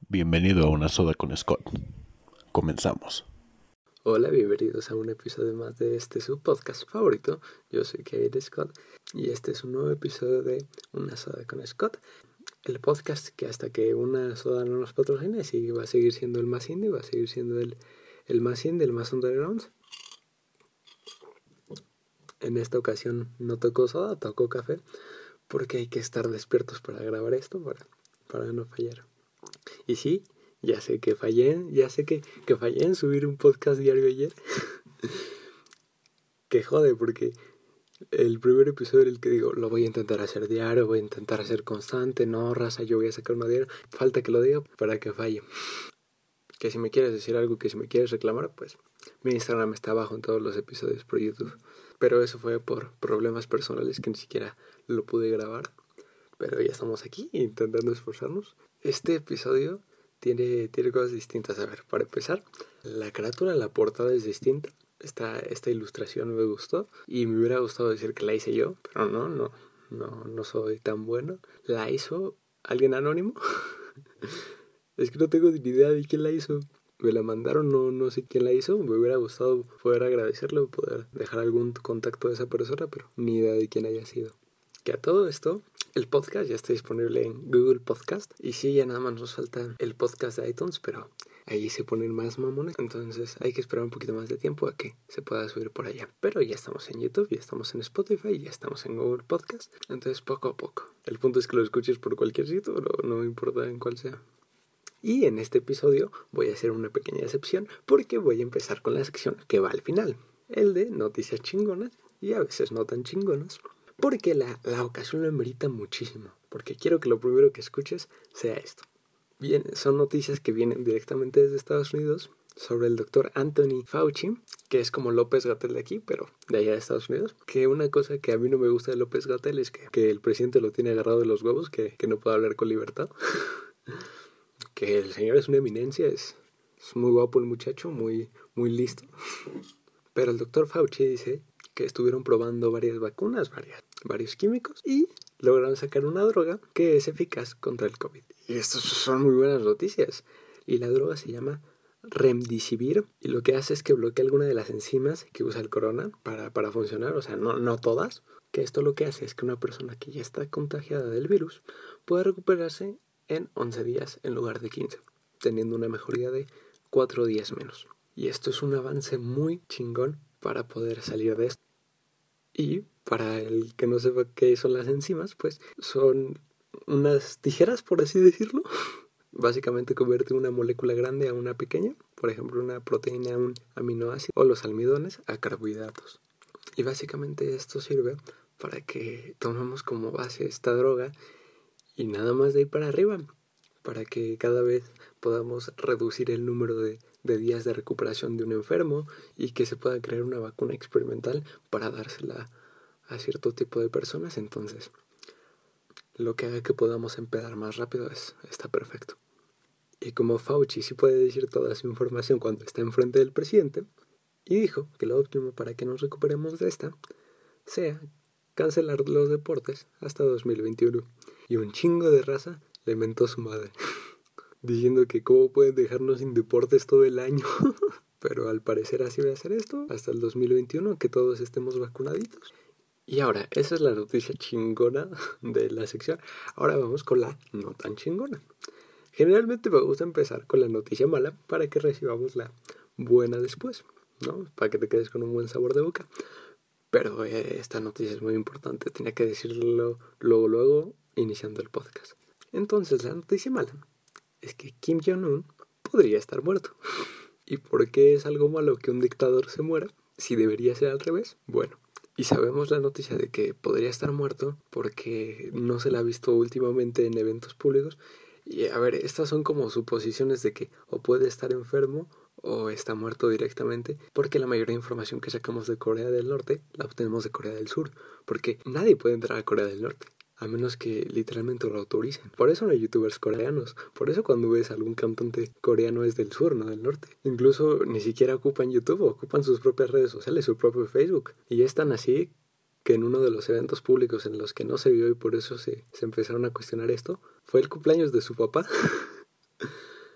Bienvenido a Una Soda con Scott. Comenzamos. Hola, bienvenidos a un episodio más de su podcast favorito. Yo soy Kevin Scott y este es un nuevo episodio de Una Soda con Scott. El podcast que hasta que una soda no nos patrocine, sí, va a seguir siendo el más indie, va a seguir siendo el más indie, el más underground. En esta ocasión no tocó soda, tocó café, porque hay que estar despiertos para grabar esto, para no fallar. Y sí, ya sé que fallé en subir un podcast diario ayer. Que jode, porque el primer episodio en el que digo, lo voy a intentar hacer diario, voy a intentar hacer constante, no, raza, yo voy a sacar uno diario, falta que lo diga para que falle. Que si me quieres decir algo, que si me quieres reclamar, pues mi Instagram está abajo en todos los episodios por YouTube. Pero eso fue por problemas personales que ni siquiera lo pude grabar. Pero ya estamos aquí intentando esforzarnos. Este episodio tiene cosas distintas. A ver, para empezar, la carátula, la portada es distinta. Esta ilustración me gustó y me hubiera gustado decir que la hice yo, pero no soy tan bueno. La hizo alguien anónimo. Es que no tengo ni idea de quién la hizo. Me la mandaron, no sé quién la hizo. Me hubiera gustado poder agradecerlo, poder dejar algún contacto de esa persona, pero ni idea de quién haya sido. Que a todo esto, el podcast ya está disponible en Google Podcast. Y sí, ya nada más nos falta el podcast de iTunes, pero ahí se ponen más mamones. Entonces hay que esperar un poquito más de tiempo a que se pueda subir por allá. Pero ya estamos en YouTube, ya estamos en Spotify, ya estamos en Google Podcast. Entonces poco a poco. El punto es que lo escuches por cualquier sitio, no importa en cuál sea. Y en este episodio voy a hacer una pequeña excepción porque voy a empezar con la sección que va al final. El de noticias chingonas y a veces no tan chingonas. Porque la ocasión lo amerita muchísimo. Porque quiero que lo primero que escuches sea esto. Bien, son noticias que vienen directamente desde Estados Unidos sobre el doctor Anthony Fauci, que es como López-Gatell de aquí, pero de allá de Estados Unidos. Que una cosa que a mí no me gusta de López-Gatell es que el presidente lo tiene agarrado de los huevos, que no puede hablar con libertad. Que el señor es una eminencia, es muy guapo el muchacho, muy listo. Pero el doctor Fauci dice que estuvieron probando varias vacunas, varios químicos y lograron sacar una droga que es eficaz contra el COVID. Y estas son muy buenas noticias. Y la droga se llama Remdesivir y lo que hace es que bloquea alguna de las enzimas que usa el corona para funcionar, o sea, no todas. Que esto lo que hace es que una persona que ya está contagiada del virus pueda recuperarse en 11 días en lugar de 15, teniendo una mejoría de 4 días menos. Y esto es un avance muy chingón para poder salir de esto. Y para el que no sepa qué son las enzimas, pues son unas tijeras, por así decirlo. Básicamente convierte una molécula grande a una pequeña, por ejemplo una proteína a un aminoácido o los almidones a carbohidratos. Y básicamente esto sirve para que tomemos como base esta droga y nada más de ahí para arriba, para que cada vez podamos reducir el número de días de recuperación de un enfermo y que se pueda crear una vacuna experimental para dársela a cierto tipo de personas. Entonces, lo que haga que podamos empezar más rápido está perfecto. Y como Fauci sí puede decir toda su información cuando está enfrente del presidente, y dijo que lo óptimo para que nos recuperemos de esta sea cancelar los deportes hasta 2021. Y un chingo de raza le mentó a su madre, diciendo que cómo pueden dejarnos sin deportes todo el año. Pero al parecer así va a ser esto hasta el 2021, que todos estemos vacunaditos. Y ahora, esa es la noticia chingona de la sección. Ahora vamos con la no tan chingona. Generalmente me gusta empezar con la noticia mala para que recibamos la buena después, ¿no? Para que te quedes con un buen sabor de boca. Pero esta noticia es muy importante, tenía que decirlo luego, iniciando el podcast. Entonces, la noticia mala es que Kim Jong-un podría estar muerto. ¿Y por qué es algo malo que un dictador se muera? Si debería ser al revés. Bueno, y sabemos la noticia de que podría estar muerto porque no se la ha visto últimamente en eventos públicos. Y a ver, estas son como suposiciones de que o puede estar enfermo o está muerto directamente, porque la mayoría de información que sacamos de Corea del Norte la obtenemos de Corea del Sur, porque nadie puede entrar a Corea del Norte a menos que literalmente lo autoricen. Por eso no hay youtubers coreanos. Por eso cuando ves a algún cantante coreano es del sur, no del norte. Incluso ni siquiera ocupan YouTube, ocupan sus propias redes sociales, su propio Facebook. Y es tan así que en uno de los eventos públicos en los que no se vio y por eso se empezaron a cuestionar esto, fue el cumpleaños de su papá.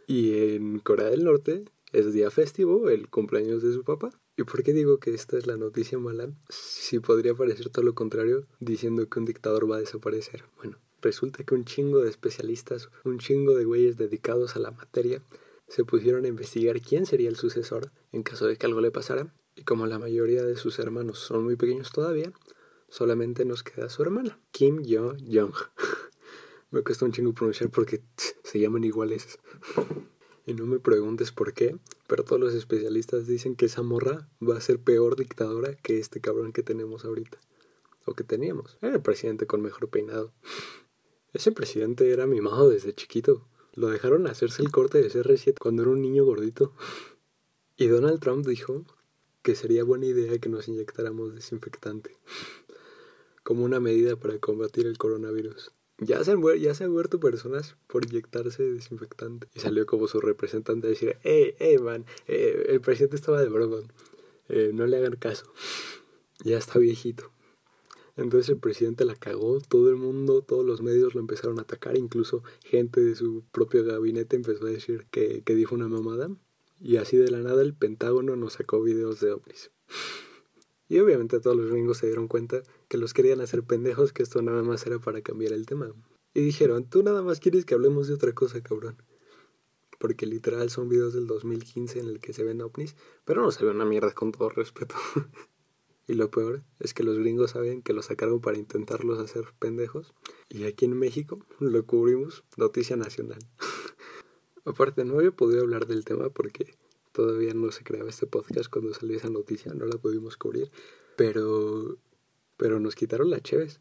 Y en Corea del Norte es día festivo, el cumpleaños de su papá. ¿Y por qué digo que esta es la noticia mala? Si podría parecer todo lo contrario, diciendo que un dictador va a desaparecer. Bueno, resulta que un chingo de especialistas, un chingo de güeyes dedicados a la materia, se pusieron a investigar quién sería el sucesor en caso de que algo le pasara. Y como la mayoría de sus hermanos son muy pequeños todavía, solamente nos queda su hermana, Kim Yo-jong. Me cuesta un chingo pronunciar porque se llaman iguales. Y no me preguntes por qué, pero todos los especialistas dicen que esa morra va a ser peor dictadora que este cabrón que tenemos ahorita. O que teníamos. Era el presidente con mejor peinado. Ese presidente era mimado desde chiquito. Lo dejaron hacerse el corte de CR7 cuando era un niño gordito. Y Donald Trump dijo que sería buena idea que nos inyectáramos desinfectante. Como una medida para combatir el coronavirus. Ya se han muerto personas por inyectarse desinfectante. Y salió como su representante a decir, man, el presidente estaba de broma. No le hagan caso. Ya está viejito. Entonces el presidente la cagó, todo el mundo, todos los medios lo empezaron a atacar, incluso gente de su propio gabinete empezó a decir que dijo una mamada. Y así de la nada el Pentágono nos sacó videos de ovnis. Y obviamente todos los gringos se dieron cuenta que los querían hacer pendejos, que esto nada más era para cambiar el tema. Y dijeron, tú nada más quieres que hablemos de otra cosa, cabrón. Porque literal son videos del 2015 en el que se ven ovnis, pero no se ve una mierda, con todo respeto. Y lo peor es que los gringos saben que lo sacaron para intentarlos hacer pendejos. Y aquí en México lo cubrimos, noticia nacional. Aparte, no había podido hablar del tema porque todavía no se creaba este podcast cuando salió esa noticia, no la pudimos cubrir. Pero nos quitaron la cheves.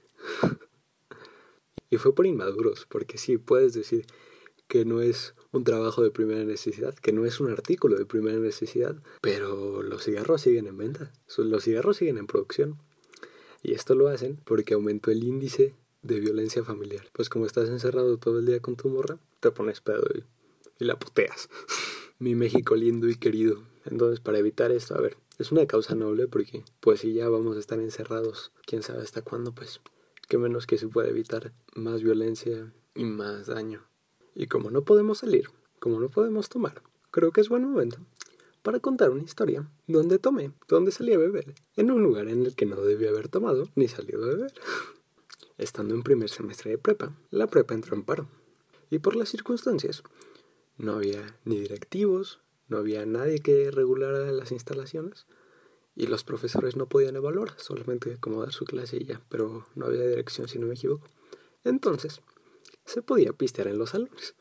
Y fue por inmaduros, porque sí, puedes decir que no es un trabajo de primera necesidad, que no es un artículo de primera necesidad, pero los cigarros siguen en venta, los cigarros siguen en producción. Y esto lo hacen porque aumentó el índice de violencia familiar. Pues como estás encerrado todo el día con tu morra, te pones pedo y la puteas. Mi México lindo y querido. Entonces, para evitar esto, a ver, es una causa noble porque, pues si ya vamos a estar encerrados, quién sabe hasta cuándo, pues, qué menos que se puede evitar más violencia y más daño. Y como no podemos salir, como no podemos tomar, creo que es buen momento para contar una historia donde salí a beber, en un lugar en el que no debí haber tomado ni salido a beber. Estando en primer semestre de prepa, la prepa entró en paro. Y por las circunstancias, no había ni directivos, no había nadie que regulara las instalaciones, y los profesores no podían evaluar, solamente como dar su clase y ya, pero no había dirección si no me equivoco. Entonces, se podía pistear en los salones.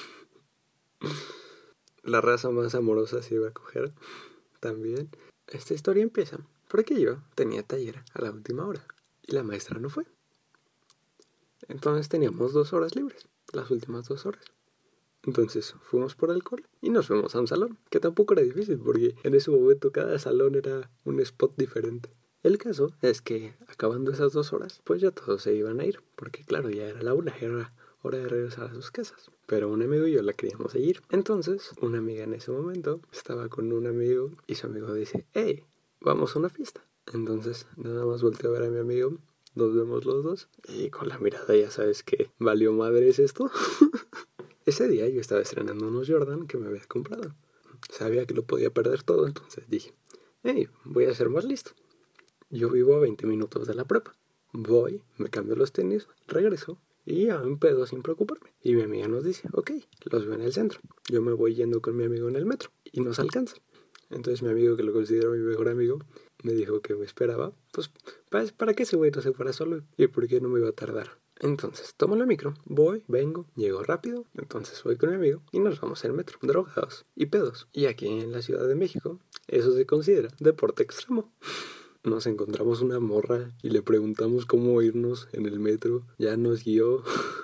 La raza más amorosa se iba a coger también. Esta historia empieza porque yo tenía taller a la última hora y la maestra no fue. Entonces teníamos 2 horas libres, las últimas 2 horas. Entonces fuimos por alcohol y nos fuimos a un salón, que tampoco era difícil porque en ese momento cada salón era un spot diferente. El caso es que acabando esas 2 horas, pues ya todos se iban a ir, porque claro, ya era la 1, era hora de regresar a sus casas. Pero un amigo y yo la queríamos seguir. Entonces, una amiga en ese momento estaba con un amigo y su amigo dice, hey, vamos a una fiesta. Entonces, nada más volteo a ver a mi amigo, nos vemos los dos y con la mirada ya sabes que valió madres esto. Ese día yo estaba estrenando unos Jordan que me había comprado. Sabía que lo podía perder todo, entonces dije, hey, voy a ser más listo. Yo vivo a 20 minutos de la prepa. Voy, me cambio los tenis, regreso y ya me pedo sin preocuparme. Y mi amiga nos dice, ok, los veo en el centro. Yo me voy yendo con mi amigo en el metro y nos alcanza. Entonces mi amigo, que lo considero mi mejor amigo, me dijo que me esperaba. Pues, ¿para qué ese güey no se fuera solo? ¿Y por qué no me iba a tardar? Entonces, tomo la micro, voy, vengo, llego rápido. Entonces voy con mi amigo y nos vamos al metro, drogados y pedos. Y aquí en la Ciudad de México, eso se considera deporte extremo. Nos encontramos una morra y le preguntamos cómo irnos en el metro. Ya nos guió,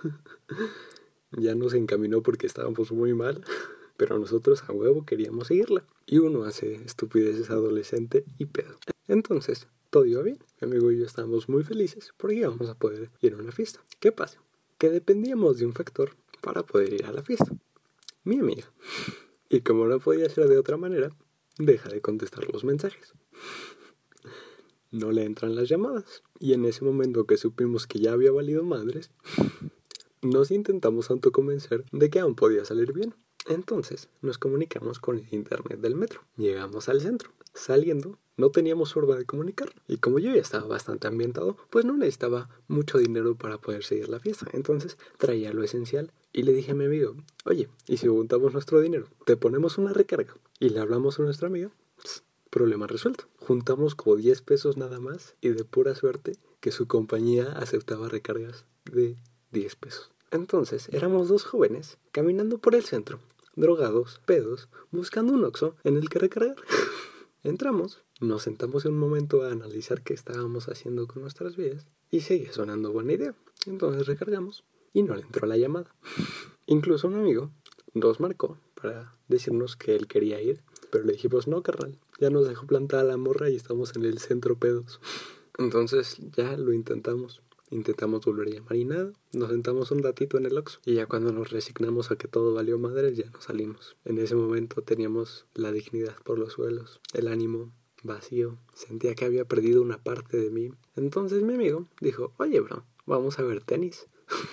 ya nos encaminó porque estábamos muy mal, pero nosotros a huevo queríamos seguirla. Y uno hace estupideces adolescente y pedo. Entonces, todo iba bien. Mi amigo y yo estábamos muy felices porque íbamos a poder ir a una fiesta. ¿Qué pasa? Que dependíamos de un factor para poder ir a la fiesta. Mi amiga. Y como no podía ser de otra manera, deja de contestar los mensajes. No le entran las llamadas. Y en ese momento que supimos que ya había valido madres, nos intentamos autoconvencer de que aún podía salir bien. Entonces nos comunicamos con el internet del metro. Llegamos al centro. Saliendo, no teníamos forma de comunicar. Y como yo ya estaba bastante ambientado, pues no necesitaba mucho dinero para poder seguir la fiesta. Entonces traía lo esencial y le dije a mi amigo, oye, ¿y si juntamos nuestro dinero? Te ponemos una recarga y le hablamos a nuestro amigo. Problema resuelto. Juntamos como 10 pesos nada más y de pura suerte que su compañía aceptaba recargas de 10 pesos. Entonces éramos dos jóvenes caminando por el centro, drogados, pedos, buscando un Oxxo en el que recargar. Entramos, nos sentamos un momento a analizar qué estábamos haciendo con nuestras vidas y seguía sonando buena idea. Entonces recargamos y no le entró la llamada. Incluso un amigo nos marcó para decirnos que él quería ir, pero le dijimos, no, carnal, ya nos dejó plantada la morra y estamos en el centro pedos. Entonces ya lo intentamos volver a llamar y nada, nos sentamos un ratito en el Oxxo y ya cuando nos resignamos a que todo valió madres ya nos salimos. En ese momento teníamos la dignidad por los suelos, el ánimo vacío, sentía que había perdido una parte de mí. Entonces mi amigo dijo, oye bro, vamos a ver tenis.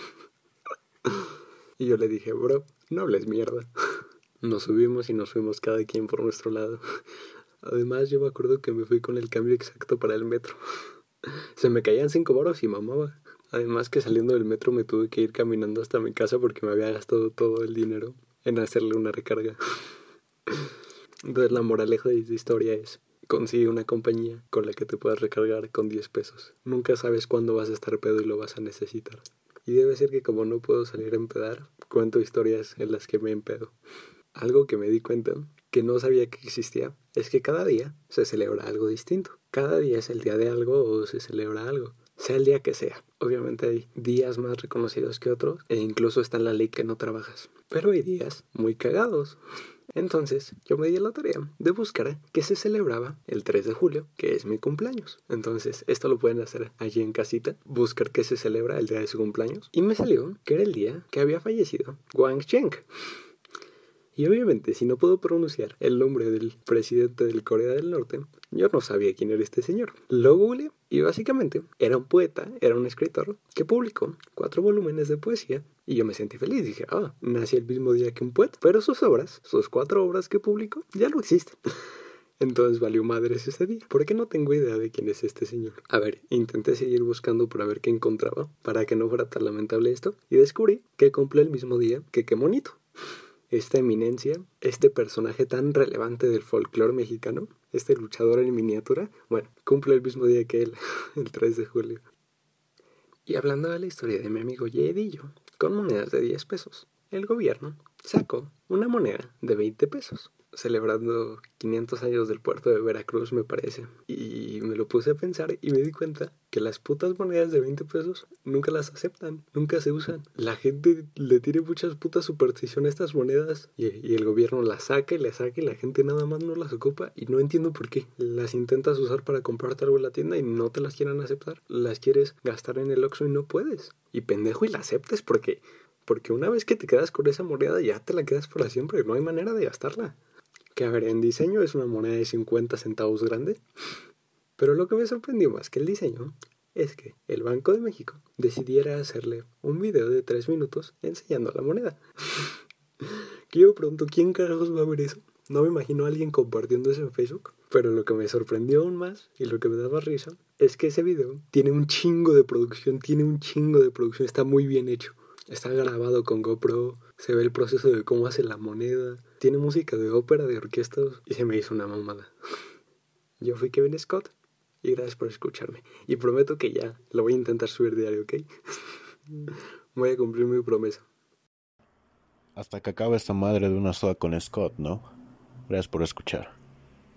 Y yo le dije, bro, no hables mierda. Nos subimos y nos fuimos cada quien por nuestro lado. Además yo me acuerdo que me fui con el cambio exacto para el metro. Se me caían 5 varos y mamaba. Además que saliendo del metro me tuve que ir caminando hasta mi casa porque me había gastado todo el dinero en hacerle una recarga. Entonces la moraleja de esta historia es, consigue una compañía con la que te puedas recargar con 10 pesos. Nunca sabes cuándo vas a estar pedo y lo vas a necesitar. Y debe ser que como no puedo salir a empedar, cuento historias en las que me empedo. Algo que me di cuenta, que no sabía que existía, es que cada día se celebra algo distinto. Cada día es el día de algo o se celebra algo, sea el día que sea. Obviamente hay días más reconocidos que otros e incluso está en la ley que no trabajas. Pero hay días muy cagados. Entonces yo me di la tarea de buscar que se celebraba el 3 de julio, que es mi cumpleaños. Entonces esto lo pueden hacer allí en casita, buscar que se celebra el día de su cumpleaños. Y me salió que era el día que había fallecido Wang Cheng. Y obviamente, si no puedo pronunciar el nombre del presidente de Corea del Norte, yo no sabía quién era este señor. Lo googleé y básicamente era un poeta, era un escritor que publicó 4 volúmenes de poesía y yo me sentí feliz. Dije, nací el mismo día que un poeta, pero sus obras, sus 4 obras que publicó, ya no existen. Entonces valió madres ese día, porque no tengo idea de quién es este señor. A ver, intenté seguir buscando para ver qué encontraba, para que no fuera tan lamentable esto, y descubrí que cumple el mismo día que Qué Monito. Esta eminencia, este personaje tan relevante del folclore mexicano, este luchador en miniatura, bueno, cumple el mismo día que él, el 3 de julio. Y hablando de la historia de mi amigo Yedillo, con monedas de 10 pesos, el gobierno sacó una moneda de 20 pesos, celebrando 500 años del puerto de Veracruz, me parece. Y me lo puse a pensar y me di cuenta que las putas monedas de 20 pesos nunca las aceptan, nunca se usan. La gente le tiene muchas putas supersticiones a estas monedas y el gobierno las saca y las saca y la gente nada más no las ocupa y no entiendo por qué. Las intentas usar para comprarte algo en la tienda y no te las quieren aceptar. Las quieres gastar en el Oxxo y no puedes. Y pendejo y la aceptes porque una vez que te quedas con esa moneda ya te la quedas para siempre, no hay manera de gastarla. Que a ver, en diseño es una moneda de 50 centavos grande, pero lo que me sorprendió más que el diseño es que el Banco de México decidiera hacerle un video de 3 minutos enseñando la moneda. Que yo me pregunto, ¿quién carajos va a ver eso? No me imagino a alguien compartiendo eso en Facebook, pero lo que me sorprendió aún más y lo que me daba risa es que ese video tiene un chingo de producción, está muy bien hecho. Está grabado con GoPro, se ve el proceso de cómo hace la moneda, tiene música de ópera, de orquestas y se me hizo una mamada. Yo fui Kevin Scott y gracias por escucharme. Y prometo que ya lo voy a intentar subir diario, ¿ok? Voy a cumplir mi promesa. Hasta que acabe esta madre de una soda con Scott, ¿no? Gracias por escuchar.